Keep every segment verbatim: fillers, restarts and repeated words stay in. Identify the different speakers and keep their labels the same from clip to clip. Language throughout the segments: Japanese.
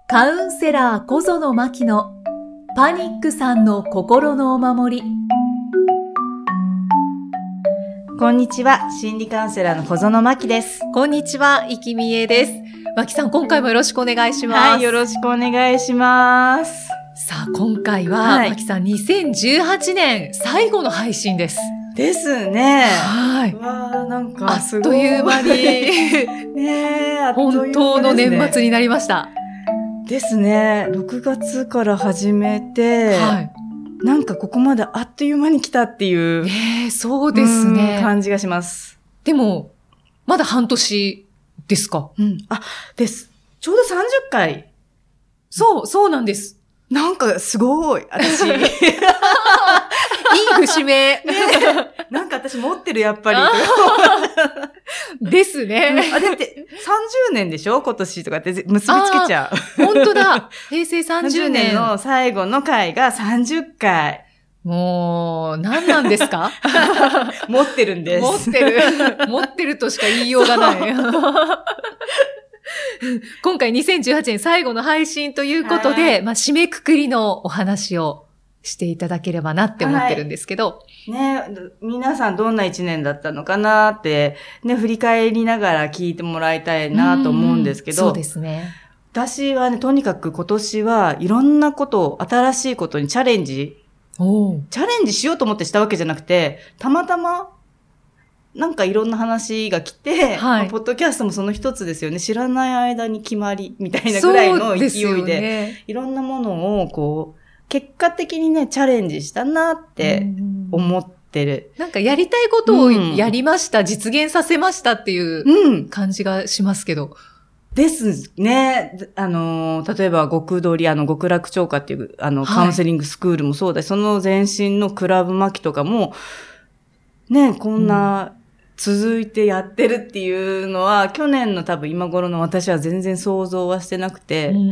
Speaker 1: カウンセラー小園真希のパニックさんの心のお守り。
Speaker 2: こんにちは、心理カウンセラーの小園真希です。
Speaker 1: こんにちは、生きみえです。真希さん、今回もよろしくお願いします。
Speaker 2: はい、よろしくお願いします。
Speaker 1: さあ、今回は、はい、真希さん、にせんじゅうはちねん最後の配信です。
Speaker 2: ですね。
Speaker 1: はい。
Speaker 2: わー、なんかすごい。
Speaker 1: あっという間に、
Speaker 2: ねえ、あっという間ですね。
Speaker 1: 本当の年末になりました。
Speaker 2: ですね。ろくがつから始めて、はい、なんかここまであっという間に来たっていう。
Speaker 1: ええ、そうですね。
Speaker 2: 感じがします。
Speaker 1: でも、まだ半年ですか？
Speaker 2: うん。あ、です。ちょうどさんじゅっかい。
Speaker 1: そう、そうなんです。
Speaker 2: なんかすごい、私。いい
Speaker 1: 節目。
Speaker 2: ね、なんか私持ってる、やっぱり。
Speaker 1: ですね。
Speaker 2: あ、だってさんじゅうねんでしょ今年とかって結びつけちゃう。
Speaker 1: 本当だ。平成さんじゅうねん。
Speaker 2: さんじゅうねんの最後の回がさんじゅっかい。
Speaker 1: もう、何なんですか？
Speaker 2: 持ってるんです。
Speaker 1: 持ってる。持ってるとしか言いようがない。今回にせんじゅうはちねん最後の配信ということで、まあ、締めくくりのお話をしていただければなって思ってるんですけど。
Speaker 2: はい、ね、皆さんどんな一年だったのかなって、ね、振り返りながら聞いてもらいたいなと思うんですけど。
Speaker 1: そうですね。
Speaker 2: 私はね、とにかく今年はいろんなことを、新しいことにチャレンジ、
Speaker 1: お
Speaker 2: チャレンジしようと思ってしたわけじゃなくて、たまたま、なんかいろんな話が来て、はい、まあ、ポッドキャストもその一つですよね。知らない間に決まり、みたいなぐらいの勢いで、ね、いろんなものをこう、結果的にね、チャレンジしたなって思ってる。
Speaker 1: なんかやりたいことをやりました、うん、実現させましたっていう感じがしますけど。
Speaker 2: ですね。あの、例えば極取り、あの、極楽超過っていう、あの、カウンセリングスクールもそうだし、はい、その前身のクラブマキとかも、ね、こんな続いてやってるっていうのは、うん、去年の多分今頃の私は全然想像はしてなくて、
Speaker 1: うんうん、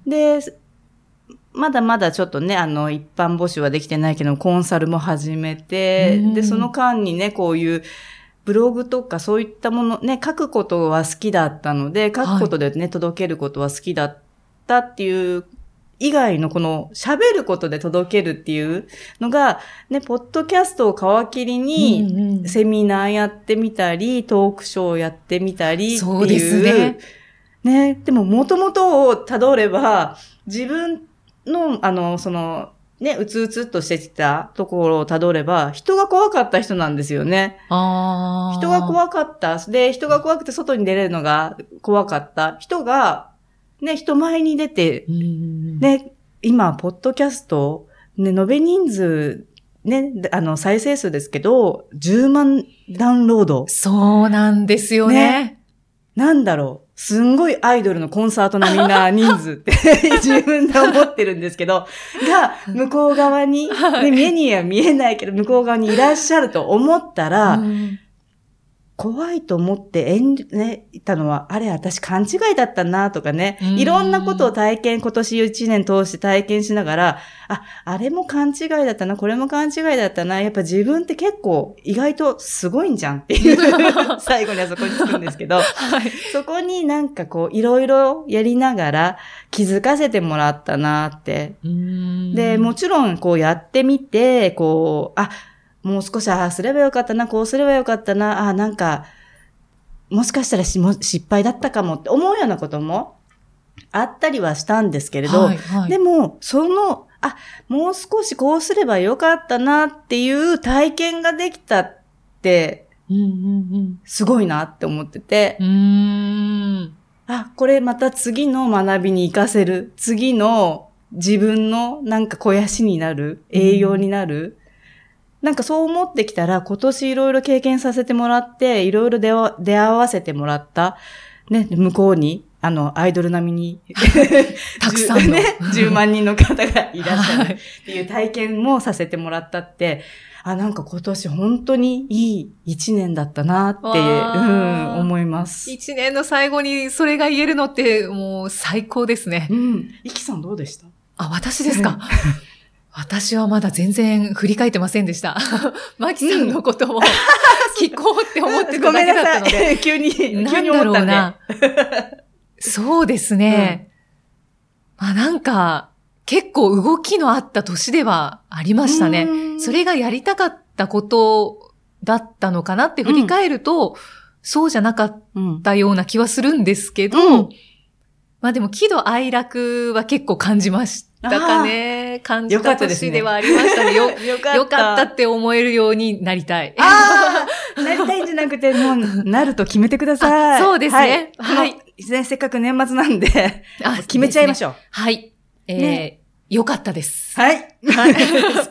Speaker 2: で、まだまだちょっとね、あの、一般募集はできてないけど、コンサルも始めて、うん、で、その間にね、こういう、ブログとかそういったものね、書くことは好きだったので、書くことでね、はい、届けることは好きだったっていう以外のこの喋ることで届けるっていうのが、ね、ポッドキャストを皮切りにセミナーやってみたり、うんうん、トークショーやってみたりっていう。
Speaker 1: そうですね。
Speaker 2: ね、でも元々を辿れば、自分の、あの、その、ね、うつうつっとしてきたところを辿れば、人が怖かった人なんですよね。
Speaker 1: あ
Speaker 2: 人が怖かった。で、人が怖くて外に出れるのが怖かった人が、ね、人前に出て、ね、今、ポッドキャスト、ね、延べ人数、ね、あの、再生数ですけど、じゅうまんダウンロード。
Speaker 1: そうなんですよね。ね、
Speaker 2: なんだろう。すんごいアイドルのコンサート並みな人数って自分で思ってるんですけど、が、向こう側に、はい、ね、目には見えないけど、向こう側にいらっしゃると思ったら、うん、怖いと思って演じ、ね、たのは、あれ、私勘違いだったなとかね、いろんなことを体験、今年一年通して体験しながら、あ、あれも勘違いだったな、これも勘違いだったな、やっぱ自分って結構意外とすごいんじゃんっていう、最後にはそこにつくんですけど、はい、そこになんかこう、いろいろやりながら気づかせてもらったなって。で、もちろんこうやってみて、こう、あ、もう少し、ああ、すればよかったな、こうすればよかったな、ああ、なんか、もしかしたらしも失敗だったかもって思うようなこともあったりはしたんですけれど、はいはい、でも、その、あ、もう少しこうすればよかったなっていう体験ができたって、
Speaker 1: うんうんうん、
Speaker 2: すごいなって思ってて、
Speaker 1: うーん、
Speaker 2: あ、これまた次の学びに活かせる、次の自分のなんか肥やしになる、栄養になる、うん、なんかそう思ってきたら、今年いろいろ経験させてもらって、いろいろ出会、出会わせてもらった、ね、向こうに、あの、アイドル並みに、
Speaker 1: たくさんの、
Speaker 2: ね、じゅうまんにんの方がいらっしゃるっていう体験もさせてもらったって、あ、なんか今年本当にいい一年だったなって、うん、思います。
Speaker 1: 一年の最後にそれが言えるのって、もう最高ですね。
Speaker 2: うん。イキさんどうでした？
Speaker 1: あ、私ですか。私はまだ全然振り返ってませんでした。マキさんのことも聞こうって思ってただけだったので。
Speaker 2: ごめんなさい。急に、急に思ったんで。
Speaker 1: そうですね、 まあなんか、結構動きのあった年ではありましたね。それがやりたかったことだったのかなって振り返ると、うん、そうじゃなかったような気はするんですけど、うん、まあでも喜怒哀楽は結構感じましたかね。感じた年ではありましたね。よ、よかった。よかったって思えるようになりたい。
Speaker 2: ああなりたいんじゃなくて、もう、なると決めてください。
Speaker 1: そうですね。はい。
Speaker 2: はい、せっかく年末なんで、決めちゃいましょう。
Speaker 1: ね、はい。えーね、よかったです。
Speaker 2: はい。はい、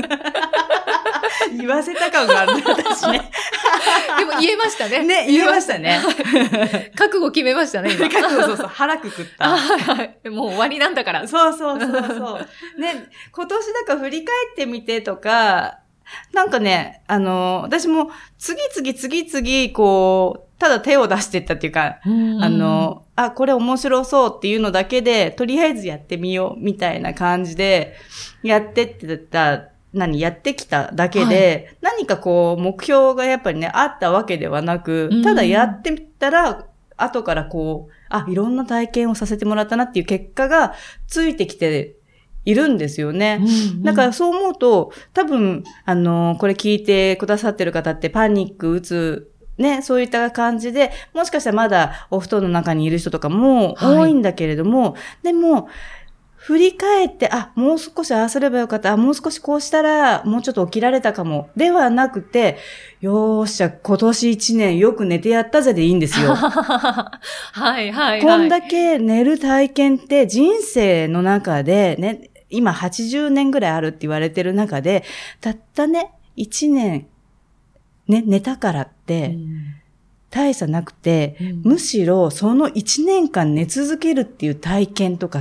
Speaker 2: 言わせた感があるね、私ね。
Speaker 1: でも言えましたね。
Speaker 2: ね、言えましたね。
Speaker 1: 覚悟決めましたね、今。
Speaker 2: 覚悟、そうそう、腹くくった。
Speaker 1: はい。もう終わりなんだから。
Speaker 2: そうそうそうそう。ね、今年だから振り返ってみてとか、なんかね、あの、私も次々次々こう、ただ手を出していったっていうか、うん、あの、あ、これ面白そうっていうのだけで、とりあえずやってみようみたいな感じで、やってってた、何、やってきただけで、はい、何かこう、目標がやっぱりね、あったわけではなく、ただやってみたら、後からこう、あ、いろんな体験をさせてもらったなっていう結果がついてきて、いるんですよね。うんうん、だからそう思うと、多分、あの、これ聞いてくださってる方ってパニック、うつ、ね、そういった感じで、もしかしたらまだお布団の中にいる人とかも多いんだけれども、はい、でも、振り返って、あ、もう少しああすればよかった、あ、もう少しこうしたら、もうちょっと起きられたかも、ではなくて、よーしゃ、今年一年よく寝てやったぜでいいんですよ。
Speaker 1: はいはいはい。
Speaker 2: こんだけ寝る体験って人生の中でね、今はちじゅうねんぐらいあるって言われてる中で、たったね、いちねん、ね、寝たからって、大差なくて、うん、むしろそのいちねんかん寝続けるっていう体験とかって、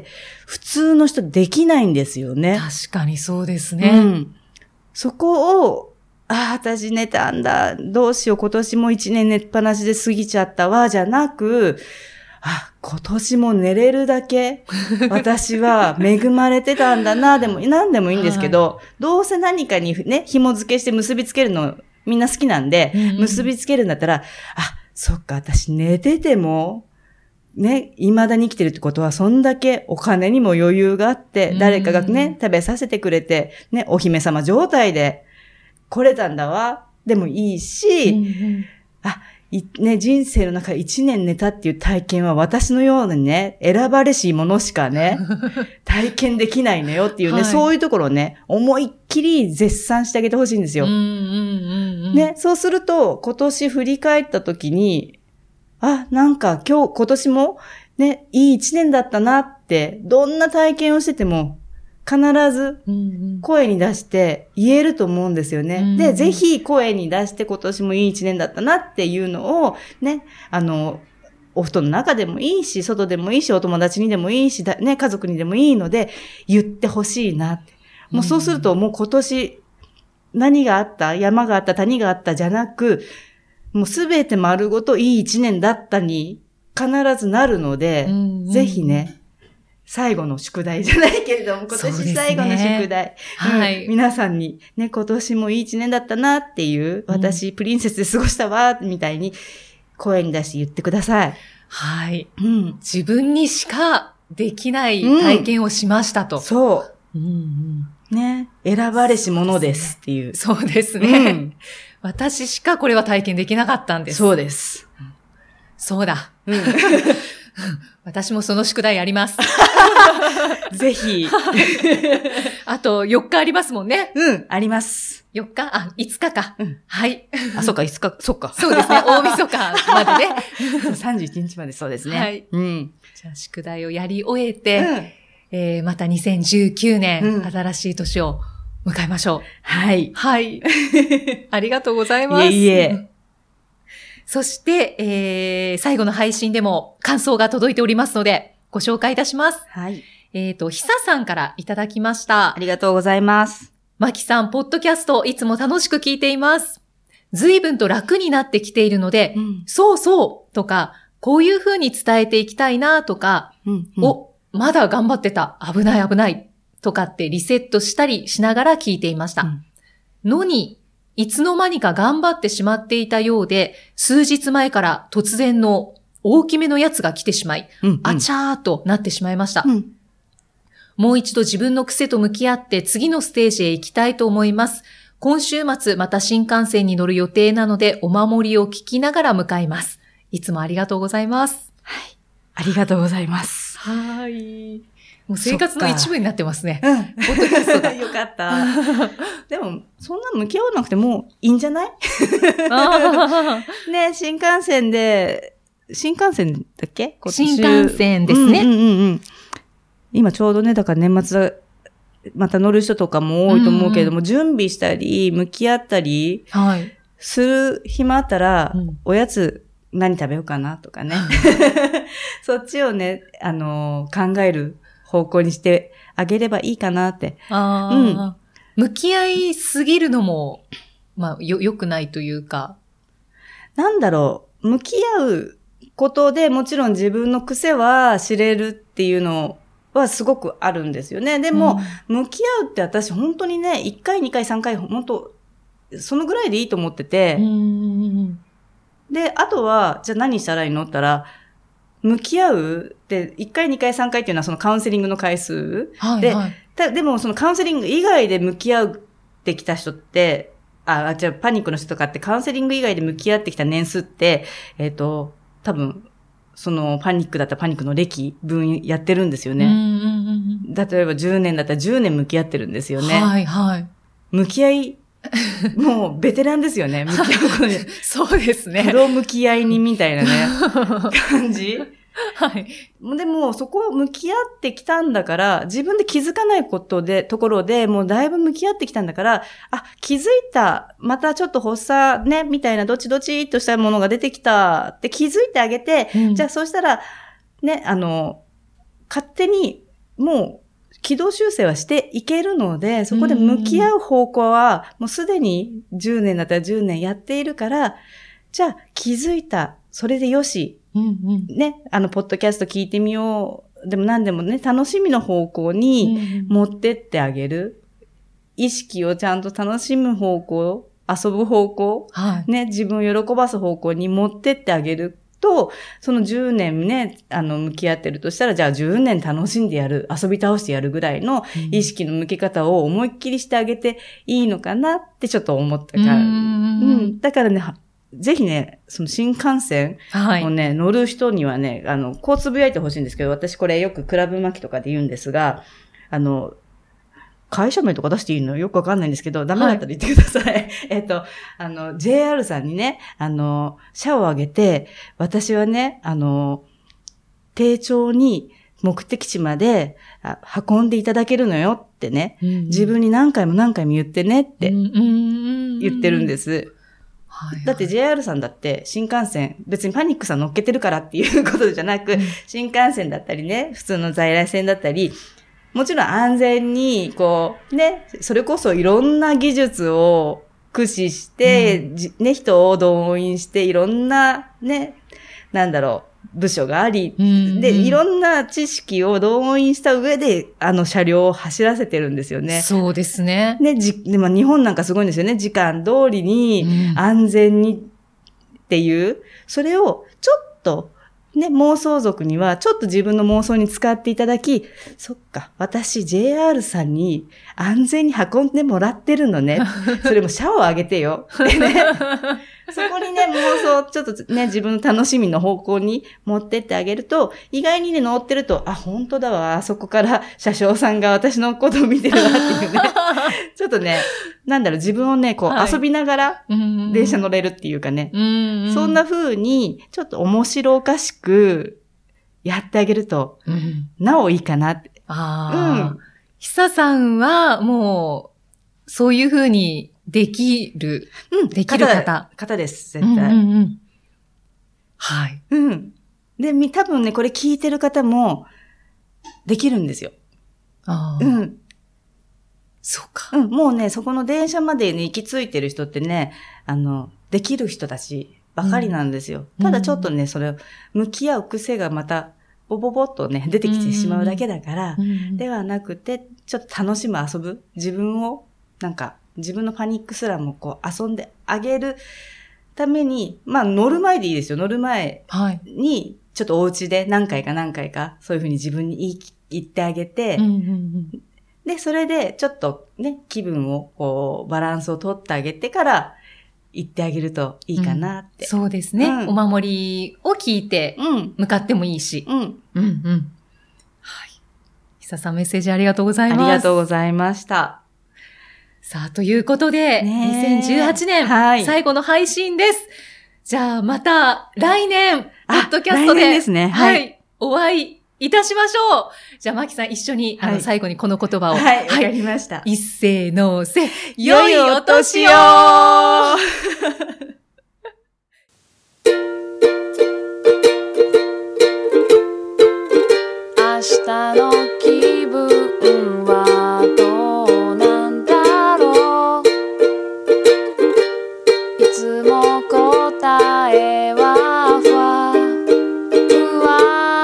Speaker 2: 普通の人できないんですよね。
Speaker 1: 確かにそうですね。
Speaker 2: うん、そこを、ああ、私寝たんだ、どうしよう、今年もいちねん寝っぱなしで過ぎちゃったわ、じゃなく、あ、今年も寝れるだけ、私は恵まれてたんだな、でも、何でもいいんですけど、はい、どうせ何かにね、紐付けして結びつけるの、みんな好きなんで、うんうん、結びつけるんだったら、あ、そっか、私寝てても、ね、未だに生きてるってことは、そんだけお金にも余裕があって、誰かがね、食べさせてくれて、ね、お姫様状態で来れたんだわ、でもいいし、うんうん、あ、いね、人生の中で一年寝たっていう体験は私のようにね、選ばれし者しかね、体験できないのよっていうね、はい、そういうところをね、思いっきり絶賛してあげてほしいんですよ。
Speaker 1: うんうんうんうん、
Speaker 2: ね、そうすると、今年振り返った時に、あ、なんか今日、今年もね、いい一年だったなって、どんな体験をしてても、必ず声に出して言えると思うんですよね。うんうん、で、ぜひ声に出して今年もいい一年だったなっていうのをね、あの、お布団の中でもいいし、外でもいいし、お友達にでもいいし、ね、家族にでもいいので言ってほしいなって。もうそうするともう今年何があった、山があった、谷があったじゃなく、もうすべて丸ごといい一年だったに必ずなるので、うんうん、ぜひね、最後の宿題じゃないけれども、今年最後の宿題。ね、はい、うん。皆さんに、ね、今年もいい一年だったなっていう、うん、私、プリンセスで過ごしたわ、みたいに、声に出して言ってください。
Speaker 1: はい。うん。自分にしかできない体験をしましたと。
Speaker 2: うん、そう。うんうん、ね。選ばれし者ですっていう。
Speaker 1: そうですね。うん、私しかこれは体験できなかったんです。
Speaker 2: そうです。
Speaker 1: うん、そうだ。うん私もその宿題あります。
Speaker 2: ぜひ。
Speaker 1: あとよっかありますもんね。
Speaker 2: うん、あります。
Speaker 1: よっかあ、いつかか。うん、はい。
Speaker 2: あ、そうか、いつか、そうか。
Speaker 1: そうですね。大晦日までね。
Speaker 2: さんじゅういちにちまでそうですね。
Speaker 1: はい。
Speaker 2: うん。
Speaker 1: じゃあ宿題をやり終えて、うんえー、またにせんじゅうきゅうねん、うん、新しい年を迎えましょう。
Speaker 2: はい。
Speaker 1: はい。ありがとうございます。
Speaker 2: いえいえ。
Speaker 1: そして、えー、最後の配信でも感想が届いておりますので、ご紹介いたします。
Speaker 2: はい。
Speaker 1: えっと、ひささんからいただきました。
Speaker 2: ありがとうございます。
Speaker 1: まきさん、ポッドキャストいつも楽しく聞いています。随分と楽になってきているので、うん、そうそうとか、こういう風に伝えていきたいなとか、うんうん、お、まだ頑張ってた、危ない危ないとかってリセットしたりしながら聞いていました。うん、のに、いつの間にか頑張ってしまっていたようで、数日前から突然の大きめのやつが来てしまい、うんうん、あちゃーとなってしまいました。うん、 もう一度自分の癖と向き合って次のステージへ行きたいと思います。今週末また新幹線に乗る予定なのでお守りを聞きながら向かいます。いつもありがとうございます。
Speaker 2: はい。ありがとうございます。
Speaker 1: はい。もう生活の一部になってますね。
Speaker 2: うん。ポッドキャストがよかった。でも、そんな向き合わなくてもいいんじゃないね、新幹線で、新幹線だっけ
Speaker 1: 新幹線ですね、
Speaker 2: うんうんうんうん。今ちょうどね、だから年末だ、また乗る人とかも多いと思うけれども、うんうん、準備したり、向き合ったり、はい。する暇あったら、うん、おやつ何食べようかなとかね。そっちをね、あのー、考える方向にしてあげればいいかなって。
Speaker 1: ああ、うん。向き合いすぎるのも、まあ、よ、良くないというか。
Speaker 2: なんだろう、向き合うことでもちろん自分の癖は知れるっていうのはすごくあるんですよね。でも、うん、向き合うって私本当にね、いっかい、にかい、さんかい、本当そのぐらいでいいと思ってて。うん、で、あとは、じゃあ何したらいいのって言ったら、向き合うって、いっかい、にかい、さんかいっていうのはそのカウンセリングの回数。はいはい、で、たでもそのカウンセリング以外で向き合ってきた人って、あ、じゃあパニックの人とかってカウンセリング以外で向き合ってきた年数って、えっと、多分、そのパニックだったらパニックの歴分やってるんですよね。うんうんうん、例えばじゅうねんだったらじゅうねん向き合ってるんですよね。はいはい。向き合い、もうベテランですよね。向き合うことに。
Speaker 1: そうですね。
Speaker 2: プロ向き合い人みたいなね、感じ。はい。でも、そこを向き合ってきたんだから、自分で気づかないことで、ところで、もうだいぶ向き合ってきたんだから、あ、気づいた、またちょっと発作ね、みたいなどっちどっちっとしたものが出てきたって気づいてあげて、うん、じゃあそうしたら、ね、あの、勝手に、もう、軌道修正はしていけるので、そこで向き合う方向は、もうすでにじゅうねんだったらじゅうねんやっているから、じゃあ気づいた、それでよし、うんうん、ね、あの、ポッドキャスト聞いてみよう。でも何でもね、楽しみの方向に持ってってあげる。うん、意識をちゃんと楽しむ方向、遊ぶ方向、はい、ね、自分を喜ばす方向に持ってってあげると、そのじゅうねんね、あの、向き合ってるとしたら、じゃあじゅうねん楽しんでやる、遊び倒してやるぐらいの意識の向け方を思いっきりしてあげていいのかなってちょっと思ったから。うん、うん。だからね、ぜひね、その新幹線をね、はい、乗る人にはね、あの、こうつぶやいてほしいんですけど、私これよくクラブ巻きとかで言うんですが、あの、会社名とか出していいのよくわかんないんですけど、ダメだったら言ってください。はい、えっと、あの、ジェイアール さんにね、あの、社を挙げて、私はね、あの、丁重に目的地まで運んでいただけるのよってね、うんうん、自分に何回も何回も言ってねって言ってるんです。うんうんうん、はいはい、だって ジェイアール さんだって新幹線、別にパニックさん乗っけてるからっていうことじゃなく、うん、新幹線だったりね、普通の在来線だったり、もちろん安全に、こう、ね、それこそいろんな技術を駆使して、うん、ね、人を動員して、いろんな、ね、なんだろう、部署があり、うんうん、で、いろんな知識を動員した上で、あの車両を走らせてるんですよね。
Speaker 1: そうですね。
Speaker 2: ね、じ、でも日本なんかすごいんですよね。時間通りに、安全にっていう、うん、それをちょっと、ね、妄想族には、ちょっと自分の妄想に使っていただき、そっか、私 ジェイアール さんに安全に運んでもらってるのね。それも社をあげてよ。でね。そこにね、妄想、ちょっとね、自分の楽しみの方向に持ってってあげると、意外にね、乗ってると、あ、本当だわ、あそこから車掌さんが私のことを見てるなっていうね。ちょっとね、なんだろう、自分をね、こう、はい、遊びながら、電車乗れるっていうかね。うんうん、そんな風に、ちょっと面白おかしく、やってあげると、うん、なおいいかなって。
Speaker 1: ああ。うん。久さんは、もう、そういう風に、できる、うん、できる方。
Speaker 2: 方です、絶対。うんうんうん、はい。うん。で、多分ね、これ聞いてる方も、できるんですよ。ああ。うん。
Speaker 1: そうか。
Speaker 2: うん。もうね、そこの電車までね、行き着いてる人ってね、あの、できる人たちばかりなんですよ。うん、ただちょっとね、それを、向き合う癖がまた、ボボボっとね、出てきてしまうだけだから、うんうん、ではなくて、ちょっと楽しむ、遊ぶ。自分を、なんか、自分のパニックすらもこう遊んであげるために、まあ乗る前でいいですよ。乗る前に、ちょっとお家で何回か何回か、そういうふうに自分に言い切っ言ってあげて、
Speaker 1: うんうんうん、
Speaker 2: で、それでちょっとね、気分をこう、バランスを取ってあげてから言ってあげるといいかなって。
Speaker 1: うん、そうですね、うん。お守りを聞いて、向かってもいいし。
Speaker 2: うん。うん。
Speaker 1: うんうん。はい。ひささんメッセージありがとうございます。
Speaker 2: ありがとうございました。
Speaker 1: さあ、ということで、にせんじゅうはちねん、はい、最後の配信です。じゃあ、また来年、ポッドキャストで、
Speaker 2: ですね、
Speaker 1: はい、はい、お会いいたしましょう。じゃあ、マキさん一緒に、はい、あの、最後にこの言葉を。
Speaker 2: はい、わ、はい、かりました。
Speaker 1: 一斉のせ、良いお年を
Speaker 3: 明日の気分はどうなんだろう。いつも答えはふわふわ。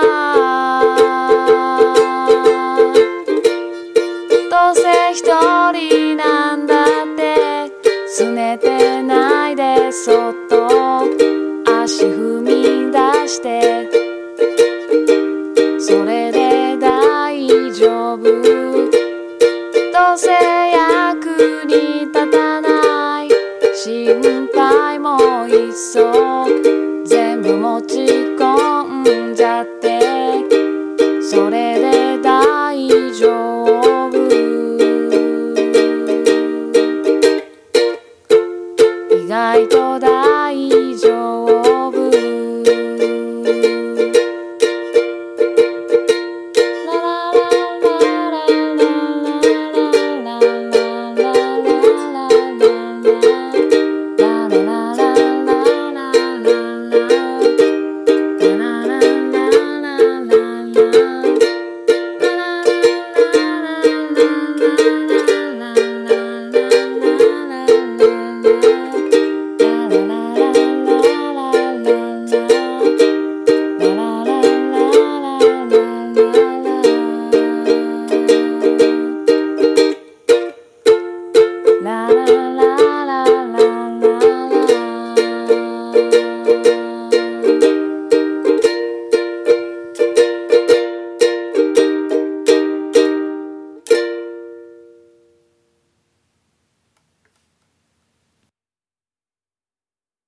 Speaker 3: どうせ一人なんだって拗ねてないでそっと足踏み出して